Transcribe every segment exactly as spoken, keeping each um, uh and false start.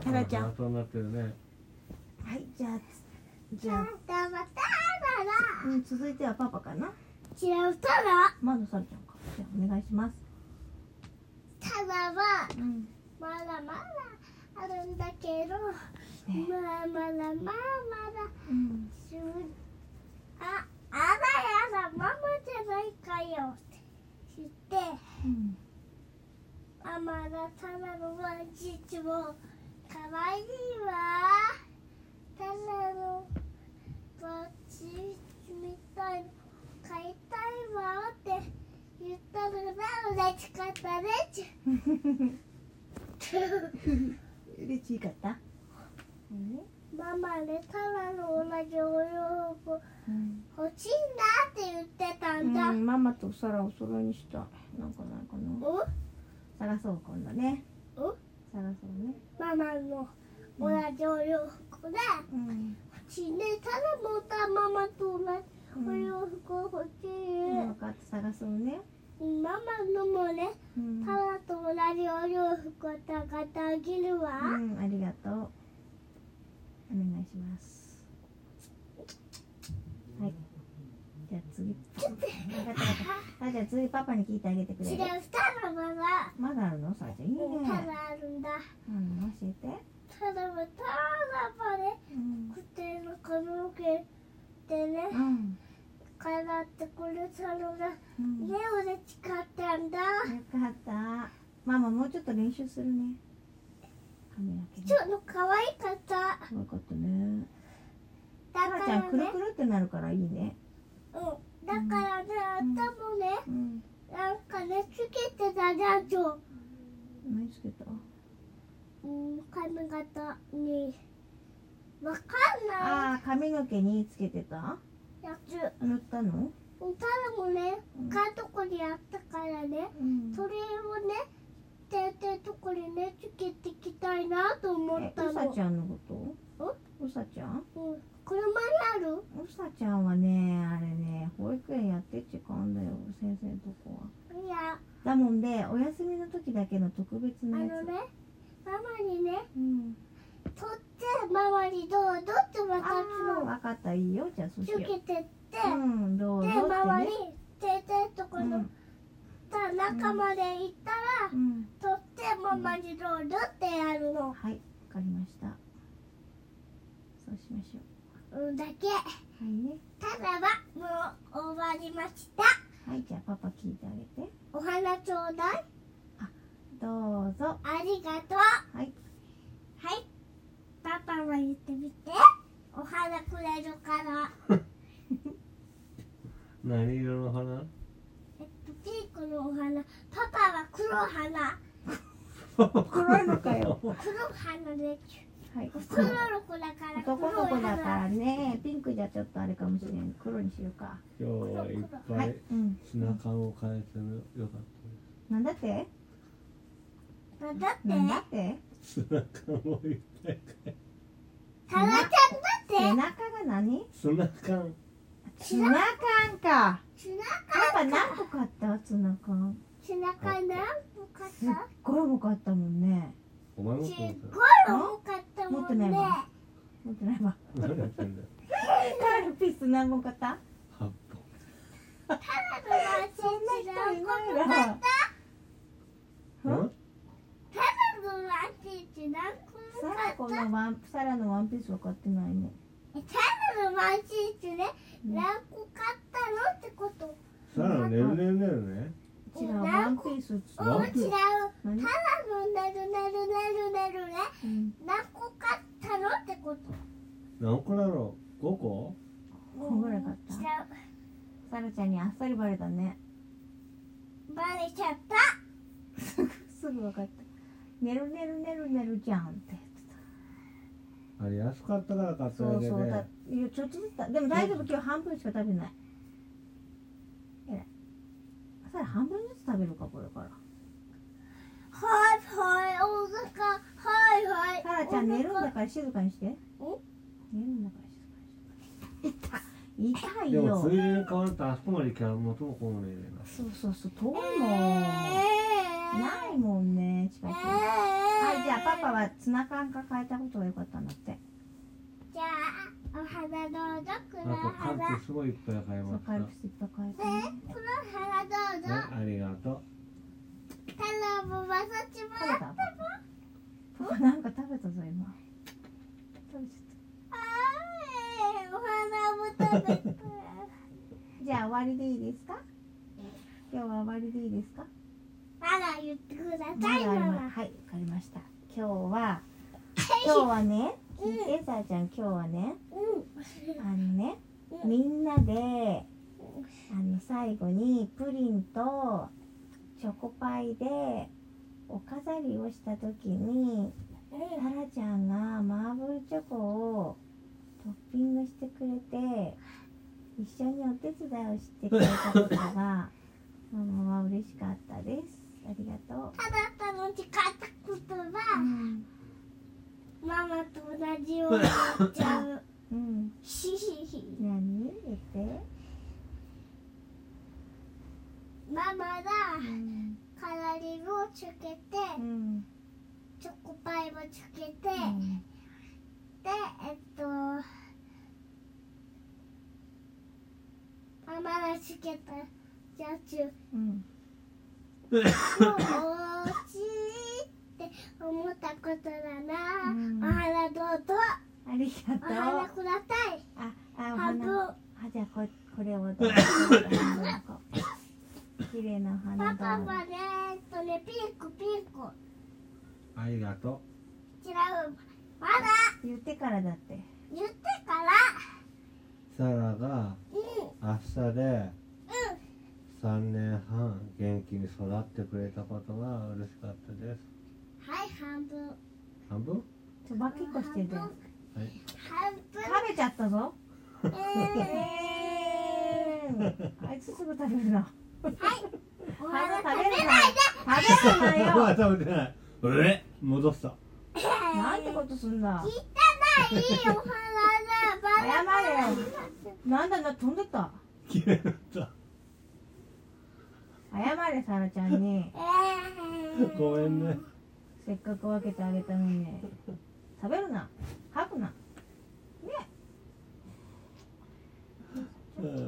タラちゃん。 そうなってるね。 はい、じゃあじゃあ、うん、続いてはパパかな。 違う、タラ。 まだサラちゃんか。じゃあお願いします。 タラは、 うん、 まだまだあるんだけど、 ね、 まだまだまだまだ、 うん、 あ、あらやだ、ママじゃないかよって言って、 うん、 ママがタラのワンチッチもかわいいわ。タラのワンチッチみたいの買いたいわって言ったのが嬉しかったね。 嬉しかった。ね、 ママね、タラの同じお洋服欲しいなって言ってたんだ。 うん、ママとサラお揃いにした。なんかないかな。 お？ 探そう今度ね。 お？ 探そうね。 ママの同じお洋服で、 うん、 欲しいね。タラもたママと同じお洋服欲しい。 うん、分かって探そうね。 ママのもね、 うん、 タラと同じお洋服を買ってあげるわ。 うん、ありがとう。お願いします。はい。じゃあ次。 ちょっと。 あ、じゃあ次パパに聞いてあげてくれる。 違う、タラまだ。 まだあるの？さあちゃんいいね。 タラあるんだ。 うん、教えて。 タラはタラまで、 うん、 くての髪の毛でね、 うん、 飾ってくれたのが、 うん、 ね、嬉しかったんだ。 よかった。ママもうちょっと練習するね。髪の毛ね。 ちょっと可愛かった。 可愛かったね。 だタラちゃんくるからね、 くるってなるからいいね。 うん、だからね、頭ね、 うん。 なんかね、つけてたじゃん、ちょ。 何つけた？ うん、髪型に。わかんないああ、髪の毛につけてた？ やつ。 塗ったの？ タラもね、他のとこにあったからね、 うん。 それをね、ててとこにね、つけてきたいなと思っえ、 たの。 うさちゃんのこと？うさちゃん？ うん、車にある？ うさちゃんはね、あれね、保育園やってっちかんだよ、先生のとこは。 いや、 だもんで、お休みの時だけの特別あなやつ。 のね、ママにね、 うん。 取ってママにどうぞって渡すああ、 の。 わかった、いいよ、じゃあそうしつよけてって、 う。うん、どうぞで、 ってママにね。 ててとこの、 うん。 た中まで行ったら、 うん。 取ってママにどうぞってやるの。 はい、わかりました。そうしましょうんだけ。 う。はいね。 ただはもう終わりました。 はい、じゃあパパ聞いてあげて。 お花ちょうだい。 どうぞ。 ありがとう。 はい。 はい。パパも言ってみて。お花くれるから。 何色の花？ えっと、ピンクのお花。パパは黒花。 黒いのかよ。 黒花で。 はい。 男の子だから黒男いの子だから花。 ね、ピンクじゃちょっとあれかもしれん。黒にしようか。 今日はいっぱはいい。うん。 ツナ缶を変えてよかったなんだって？ なんだってなんだって？ です。ツナ缶をいっぱい変えタラちゃんだ背って。 中が何？ ツナ缶。 ツナ缶か。 ツナパパ何個買ったツナ缶？ ツナ缶何個買っすったごい重かったもんね。 お前もすっそうごい重かったもんね。 持ってないわ持ってないわ。 何やってんだよ。 カルピス何個買った？ はっぽん。 タラのワンチッチ何個買った？ うん？ タラのワンチッチ何個サラ買った？ コのワンサラのワンピースは買ってないね。 えタラのワンチッチね、何個買ったのってこと？ さらねるねるねるね。 違うワンピースっつうん、違う。タラのワンピース何？ ねるねるねるねるね、 うん何個買ったのってこと？ 何個だろう？ごこ？ ごこぐらい買った違う。 サラちゃんにあっさりバレたね。 バレちゃった。 すぐすぐ分かった。ねるねるねるねるじゃんって言ってあれ安かったから買ったた。そだけで。 うそうだ。いやちょっとずつだ。でも大丈夫今日半分しか食べない。えらい。サラ半分ずつ食べるかこれから。 はいはい、お腹。はいはい。 サラちゃん寝るんだかから静かにして。寝るんだから静かにして。痛い。痛いでもよついでに変わったらあそこまで行きゃ元も子もねえな。 そうそうそう遠いもん、 えー、 ないもんね近くに。はいじゃゃあパパはツナ缶が変えたことが良かったんだって。 じゃあお花どうぞ。黒あとカル花。 ピスもいっぱい買いそうました。 カルピスいっぱい変えたねね。 黒花どうぞ。 はい、ありがとう。 太郎もまさちも食べたパパなんか食べたぞ今。食べちゃっあーお花も食べた。 た。じゃあ終わりでいいですか？今日は終わりでいいですか？ まだ言ってください、 まだありママ。 ます。はい、わかりました。今日は今日はね、聞いてさーちゃん今日はね、 うん。 あのね、 うんみんなであの最後にプリンとチョコパイでお飾りをした時にタラちゃんがマーブルチョコをトッピングしてくれて一緒にお手伝いをしてくれたことがママは嬉しかったです。ありがとただ楽しかったことう。うは、 ん、 ママと同じように言っちゃう。 うん、 ひひひ。 何言って。 ママがうん、 カラーリングをつけて、 うん、 チョコパイもつけて、 うんで、えっと、ママがつけたやつ、 うんもうおいしいって思ったことだな。 うんお花どうぞ。 ありがおとう。 花ください。 あ、あ、お半分。 花。あ、じゃあここれをどうぞ。綺麗なお花パパだ。 はね、えっとね、ピンクピンク。 ありがと違う。まだ言ってからだって。 言ってから。 う。サラがうん。 明日でうん。 さんねんはん元気に育ってくれたことが嬉しかったです。 はい、半分。 半分？ ちょばっきっこしてて。 はい。 半分。 食べちゃったぞ。 ええー、あいつすぐ食べるな。 ー、はい。お花花食べないで。 食べるなまだよ。 食べてない。え？戻した。 なんてことすんだ。 汚いお花だ。バラバラ謝れよ。なんだな、飛んでった。 綺麗だった。 謝れ、サラちゃんに。 えー、 ごめんね。 せっかく分けてあげたのに。食べるな。吐くな。ね。 うん大丈夫だよ。大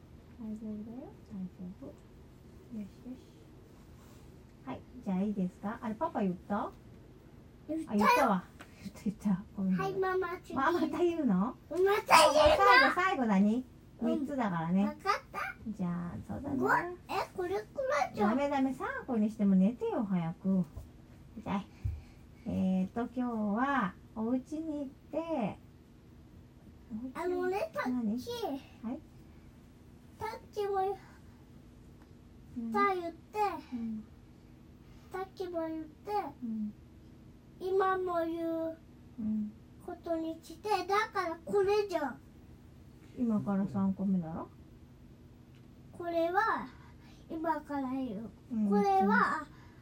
丈夫。よしよし。はい、じゃあいいですか。あれ、パパ言った？あ、 言った言ったわ。言った言った。ごめん。 はい、ママ、次。 まあ、また言うの？ また言う最後、最後だに。三つだからの。 ねわ。かった。 じゃあ、そうだご、 な。 え、これくらいじゃん。 ダメダメ、三個にしても寝てよ、早く。じゃあ、えーと、今日は、お家に行って、お家あのね、タッ何チ。 はい。 タッチもうんた言って、 うんタッチも言って、 うん今も言ううんことにして、だからこれじゃん。 今からさんこめだろ、 これは今から言う。 うんこれは、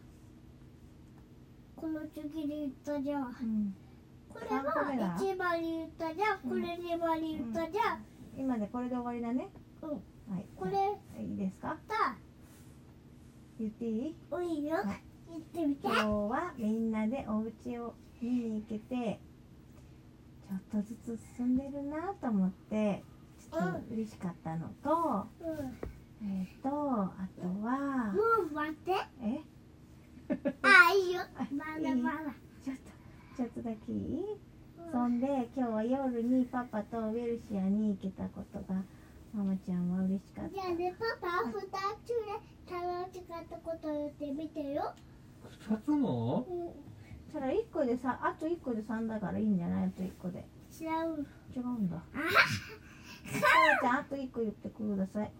この次に言ったじゃん。 うんこれさんこめだは一番に言ったじゃん。これ二番に言ったじゃん。 今でこれで終わりだね。 うん。 はい。 これいいですか？ さ、 言っていい？ おいよ。 はい言ってみて。 今日はみんなでお家を見に行けて、ちょっとずつ進んでるなと思って、ちょっと嬉しかったのと、 うん。 えっ、と、あとは、 もう待って。 えあ、いいよあ。 まだまだ。 ちょっと、ちょっとだけいい？そんで今日は夜にパパとウェルシアに行けたことがママちゃんは嬉しかった。 じゃあね、パパ、二つで楽しかったこと言ってみてよ。 二つも？ うん。 それいっこでさ、あといっこでさんだからいいんじゃない？あといっこで。 違う。 違うんだ。 あさらちゃんあといっこ言ってください。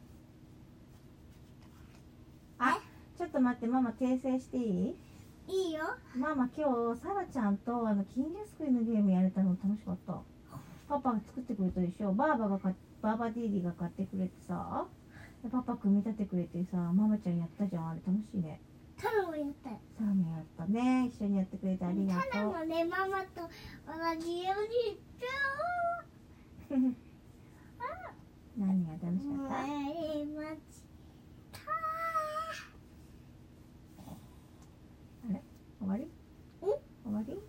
あ、ちょっと待って、ママ訂正していい？ いいよ。 ママ今日サラちゃんとあの金魚すくいのゲームやれたの楽しかった。パパが作ってくれたでしょ。バーバが買っバーバディーディが買ってくれてさ、でパパ組み立てくれてさ、ママちゃんやったじゃん。あれ楽しいね。 タラもやったよ。 サラもやったね。一緒にやってくれてありがタラとう。 もね、ママと同じように言ってよ。 何が楽しかった？ 前待ちたあれ終わり？ うん終わり？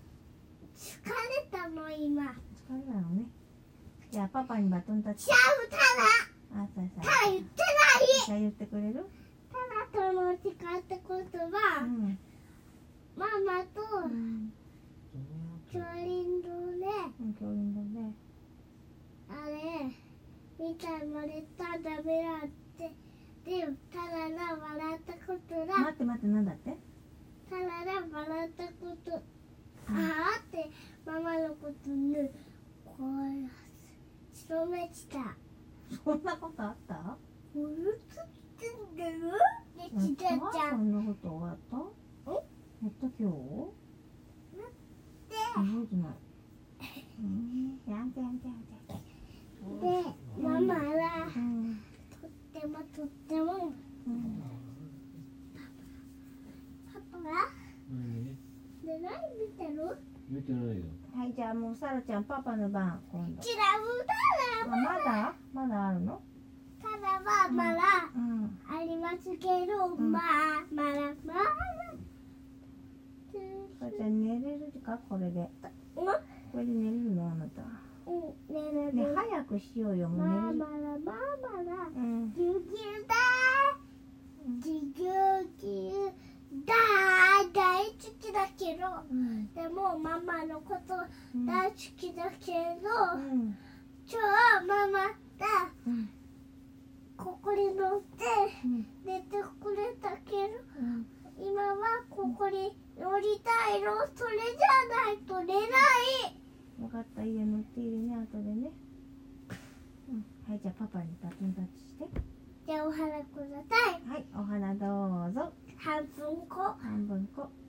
パパにバトンタッチ。 じゃあ、 あ、そうそう。 ただ、ただ言ってない。 じゃあ言ってくれる？ ただとの使った言う葉、 ん。 ママとうん。 恐竜のね、 うん、恐竜だね。 あれ、みたいまでただめらって、で、ただな笑ったこと待だ。 って待って、なんだって？ ただな笑ったこと、ああってママのことね、こう、白目した。 そんなことあった？ うるつってんだよ。で、 やっちちゃた？ ちゃん。 そんなこと終わった？やった今日？ で、 覚えてない。うん。やんてやんてやんて。 で、ママは、 うん。 とってもとっても、 うん。 パパが、 何？ で、何見てる？ 見てないよ。 はい、じゃあもうサラちゃんパパの番今度。 違うだあ、 ろ。 まだ？まだあるの？ ただはまだうん。 ありますけど、 んまあ、まだまだ。 サラちゃん寝れるかこれで。 うこれで寝れるのあなた。 ん、ねえねえねねえ。 早くしようよもうまあ寝れる。 まだまあまだ。 うん。 ぎゅぎゅだうんー。ぎゅぎゅだー。大好きだけど、 うん。 でもママのことうん。 大好きだけど、 うん。 今日ママがうん。 ここに乗ってうん。 寝てくれたけど、 うん。 今はここに乗りたいの。それじゃないと寝ない。 分かった、家乗っているね、後でね。うん。はい、じゃあパパにバトンタッチして。 じゃあお花ください。 はい、お花どうぞ。 半分こ。 半分こ。